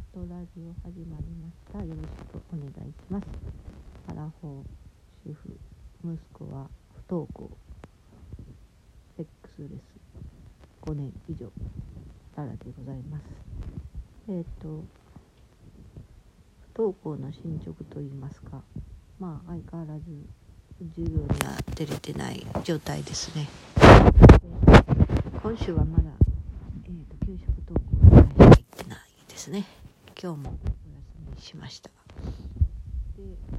トラジオ始まりました。よろしくお願いします。アラフォー主婦、息子は不登校、セックスレス5年以上ララでございます。不登校の進捗といいますか、相変わらず授業には出れてない状態ですね。今週はまだ、給食登校に入ってないですね。今日もお休みしました。で、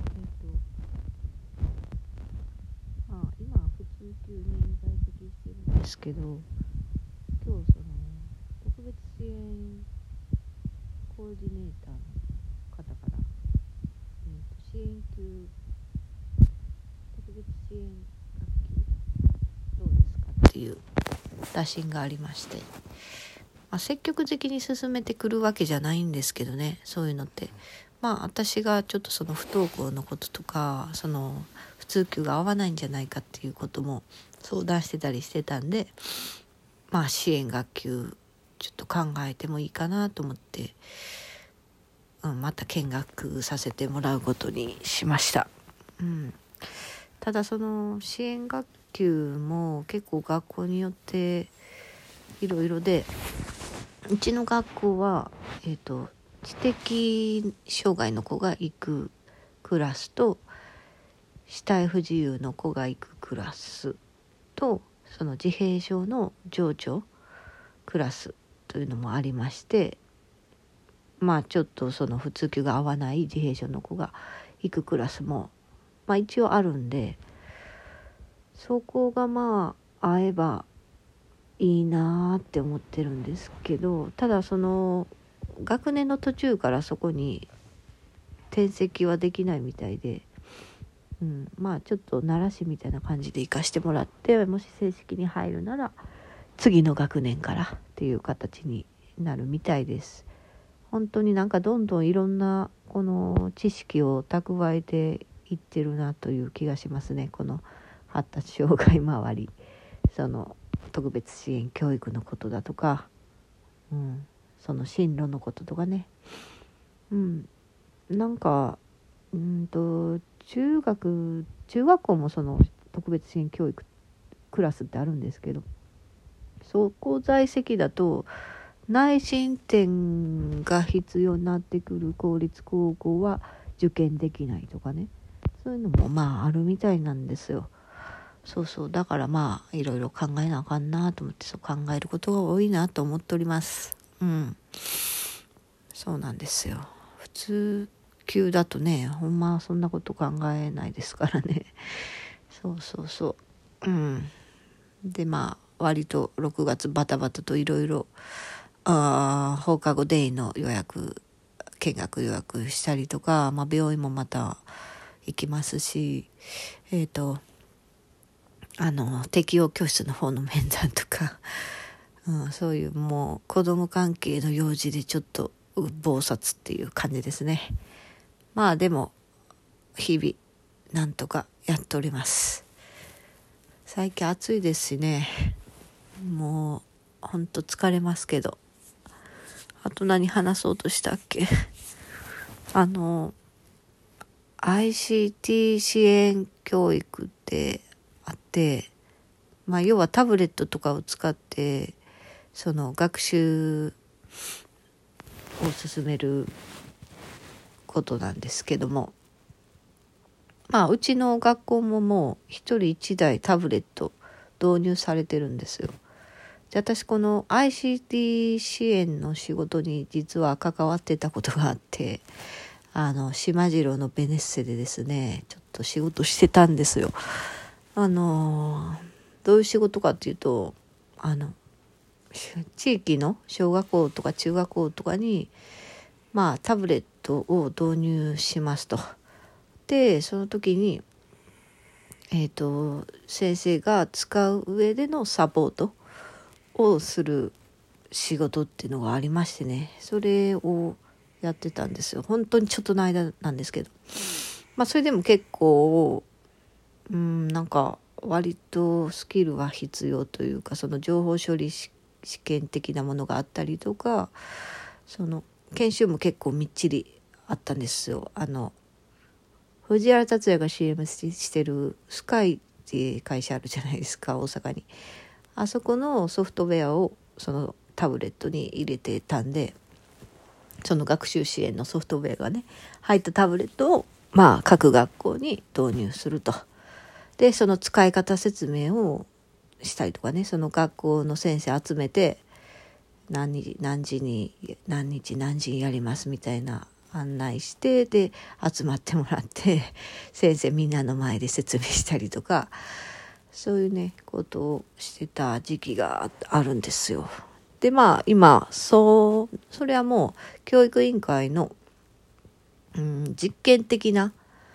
今普通級に在籍してるんですけど、今日特別支援コーディネーターの方から、支援級特別支援学級どうですかっていう打診がありまして、積極的に進めてくるわけじゃないんですけどね、そういうのって私がちょっとその不登校のこととか、その普通級が合わないんじゃないかっていうことも相談してたりしてたんで、支援学級ちょっと考えてもいいかなと思って、また見学させてもらうことにしました。ただその支援学級も結構学校によっていろいろで、うちの学校は、知的障害の子が行くクラスと、肢体不自由の子が行くクラスと、その自閉症の情緒クラスというのもありまして、ちょっとその普通級が合わない自閉症の子が行くクラスも一応あるんで、そこが合えばいいなって思ってるんですけど、ただその学年の途中からそこに転籍はできないみたいで、ちょっと慣らしみたいな感じで行かしてもらって、もし正式に入るなら次の学年からっていう形になるみたいです。本当にどんどんいろんなこの知識を蓄えていってるなという気がしますね。この発達障害周り、その特別支援教育のことだとか、その進路のこととかね、中学校もその特別支援教育クラスってあるんですけど、そこ在籍だと内申点が必要になってくる公立高校は受験できないとかね、そういうのもあるみたいなんですよ。だからいろいろ考えなあかんなと思って、そう考えることが多いなと思っております。そうなんですよ。普通級だとね、ほんまそんなこと考えないですからね。で割と6月バタバタといろいろ放課後デイの予約、見学予約したりとか、病院もまた行きますし、適応教室の方の面談とか、そういうもう子供関係の用事でちょっと忙殺っていう感じですね。でも日々なんとかやっております。最近暑いですしね、もうほんと疲れますけど、あと何話そうとしたっけICT 支援教育ってあって、要はタブレットとかを使ってその学習を進めることなんですけども、うちの学校ももう一人一台タブレット導入されてるんですよ。で、私この ICT 支援の仕事に実は関わってたことがあって、島次郎のベネッセでですね、ちょっと仕事してたんですよ。どういう仕事かっていうと、地域の小学校とか中学校とかにタブレットを導入しますと。で、その時に先生が使う上でのサポートをする仕事っていうのがありましてね、それをやってたんですよ。本当にちょっとの間なんですけど、それでも結構割とスキルは必要というか、その情報処理試験的なものがあったりとか、その研修も結構みっちりあったんですよ。藤原竜也が CM してるスカイっていう会社あるじゃないですか、大阪に。あそこのソフトウェアをそのタブレットに入れてたんで、その学習支援のソフトウェアがね入ったタブレットを各学校に導入すると。でその使い方説明をしたりとかね、その学校の先生集めて何時に何日何時にやりますみたいな案内して、で集まってもらって先生みんなの前で説明したりとか、そういうねことをしてた時期があるんですよ。で今それはもう教育委員会の、実験的な、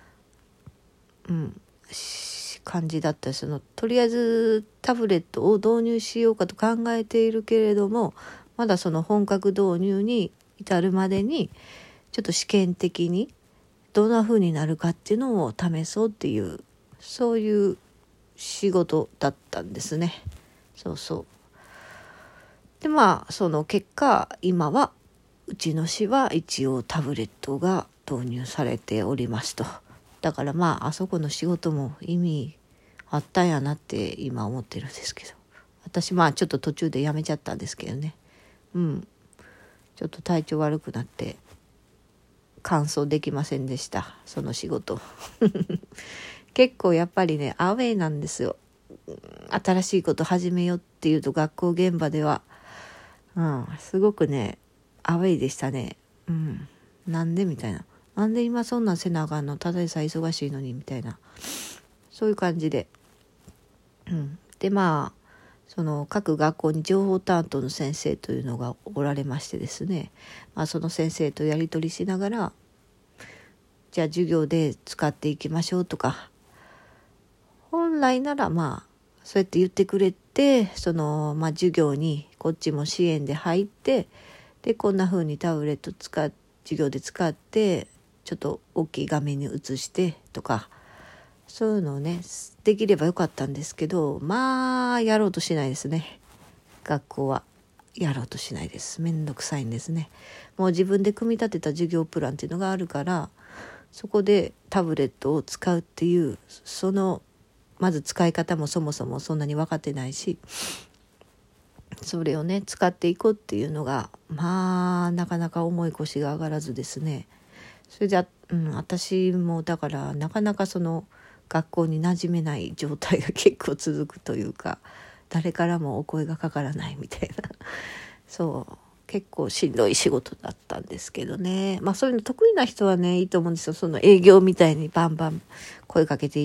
感じだった。とりあえずタブレットを導入しようかと考えているけれども、まだその本格導入に至るまでにちょっと試験的にどんな風になるかっていうのを試そうっていう、そういう仕事だったんですね。そうそう。でその結果今はうちの市は一応タブレットが導入されておりますと。だからあそこの仕事も意味あったんやなって今思ってるんですけど、私ちょっと途中でやめちゃったんですけどね。ちょっと体調悪くなって完走できませんでした、その仕事結構やっぱりねアウェイなんですよ。新しいこと始めようっていうと学校現場では、すごくねアウェイでしたね。なんでみたいな、なんで今そんなんせなあかんの、ただでさえ忙しいのにみたいな、そういう感じで、でその各学校に情報担当の先生というのがおられましてですね、その先生とやり取りしながら、じゃあ授業で使っていきましょうとか、本来ならそうやって言ってくれて、その授業にこっちも支援で入って、でこんな風にタブレット授業で使ってちょっと大きい画面に映してとか、そういうのをねできればよかったんですけど、やろうとしないですね。学校はやろうとしないです。めんどくさいんですね。もう自分で組み立てた授業プランっていうのがあるから、そこでタブレットを使うっていう、そのまず使い方もそもそもそんなに分かってないし、それをね使っていこうっていうのがなかなか重い腰が上がらずですね。それで私もだからなかなかその学校に馴染めない状態が結構続くというか、誰からもお声がかからないみたいなそう結構しんどい仕事だったんですけどね。そういうの得意な人はねいいと思うんですよ。その営業みたいにバンバン声かけていって、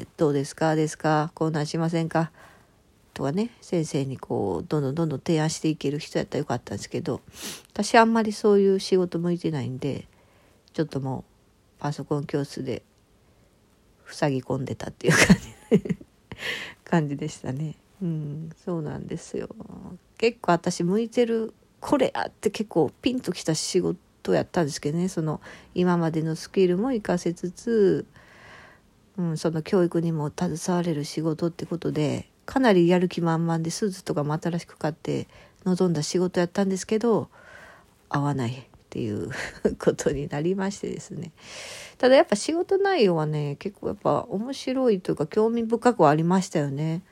どうですかこんなんしませんかとかね、先生にどんどん提案していける人やったらよかったんですけど、私あんまりそういう仕事向いてないんで、ちょっともうパソコン教室で塞ぎ込んでたっていう感じでしたね。そうなんですよ。結構私向いてるこれやって結構ピンときた仕事やったんですけどね。その今までのスキルも活かせつつ、その教育にも携われる仕事ってことで、かなりやる気満々でスーツとかも新しく買って臨んだ仕事やったんですけど、合わないっていうことになりましてですね。ただやっぱ仕事内容はね結構やっぱ面白いというか興味深くはありましたよね。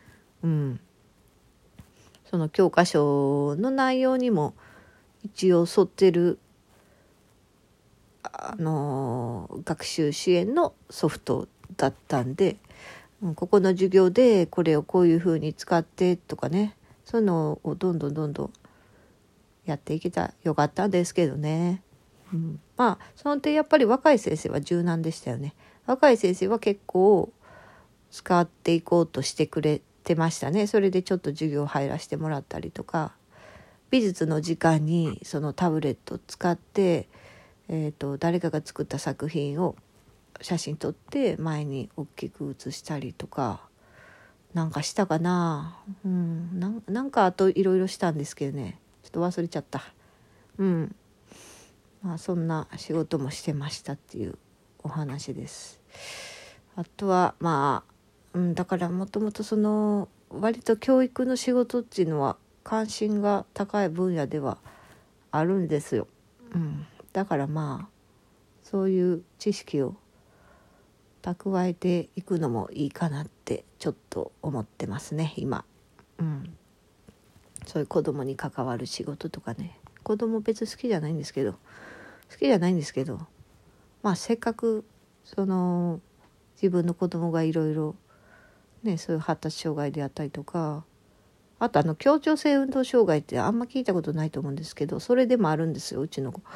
その教科書の内容にも一応沿ってる学習支援のソフトだったんで、ここの授業でこれをこういう風に使ってとかね、そういうのをどんどんやっていけたらよかったんですけどね。その点やっぱり若い先生は柔軟でしたよね。若い先生は結構使っていこうとしてくれてましたね。それでちょっと授業入らせてもらったりとか、美術の時間にそのタブレットを使って、誰かが作った作品を写真撮って前に大きく写したりとかなんかしたかな。なんかあといろいろしたんですけどね、ちょっと忘れちゃった。そんな仕事もしてましたっていうお話です。あとはだからもともとその割と教育の仕事っていうのは関心が高い分野ではあるんですよ。 だからまあそういう知識を蓄えていくのもいいかなってちょっと思ってますね今。そういう子供に関わる仕事とかね、子供別に好きじゃないんですけどまあせっかくその自分の子供がいろいろね、そういう発達障害であったりとか、あと協調性運動障害ってあんま聞いたことないと思うんですけど、それでもあるんですようちの子。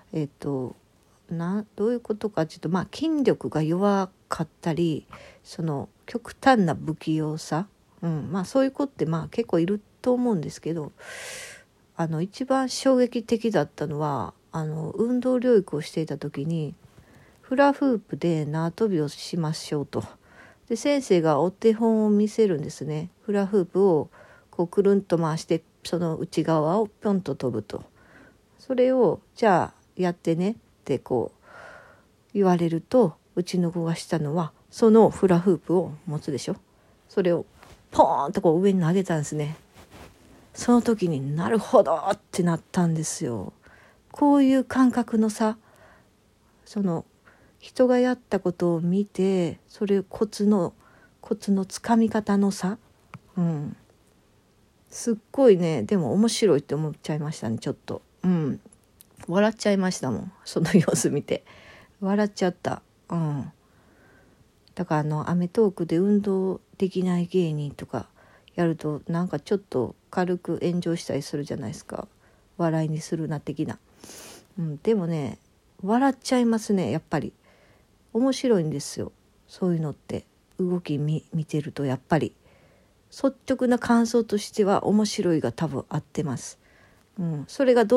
どういうことかちょっとまあ筋力が弱かったり、その極端な不器用さ、まあそういう子ってまあ結構いると思うんですけど、一番衝撃的だったのは運動療育をしていた時にフラフープで縄跳びをしましょうと。で先生がお手本を見せるんですね。フラフープをこうくるんと回してその内側をぴょんと飛ぶと。それをじゃあやってねってこう言われると、うちの子がしたのはそのフラフープを持つでしょ。それをポーンとこう上に投げたんですね。その時になるほどってなったんですよ。こういう感覚の差、その人がやったことを見てそれコツのつかみ方の差、すっごいね、でも面白いって思っちゃいましたねちょっと。笑っちゃいましたもん、その様子見て笑っちゃった。だからアメトーークで運動できない芸人とかやるとなんかちょっと軽く炎上したりするじゃないですか、笑いにするな的な。でもね笑っちゃいますね、やっぱり面白いんですよそういうのって。動き見てるとやっぱり率直な感想としては面白いが多分合ってます。それがどう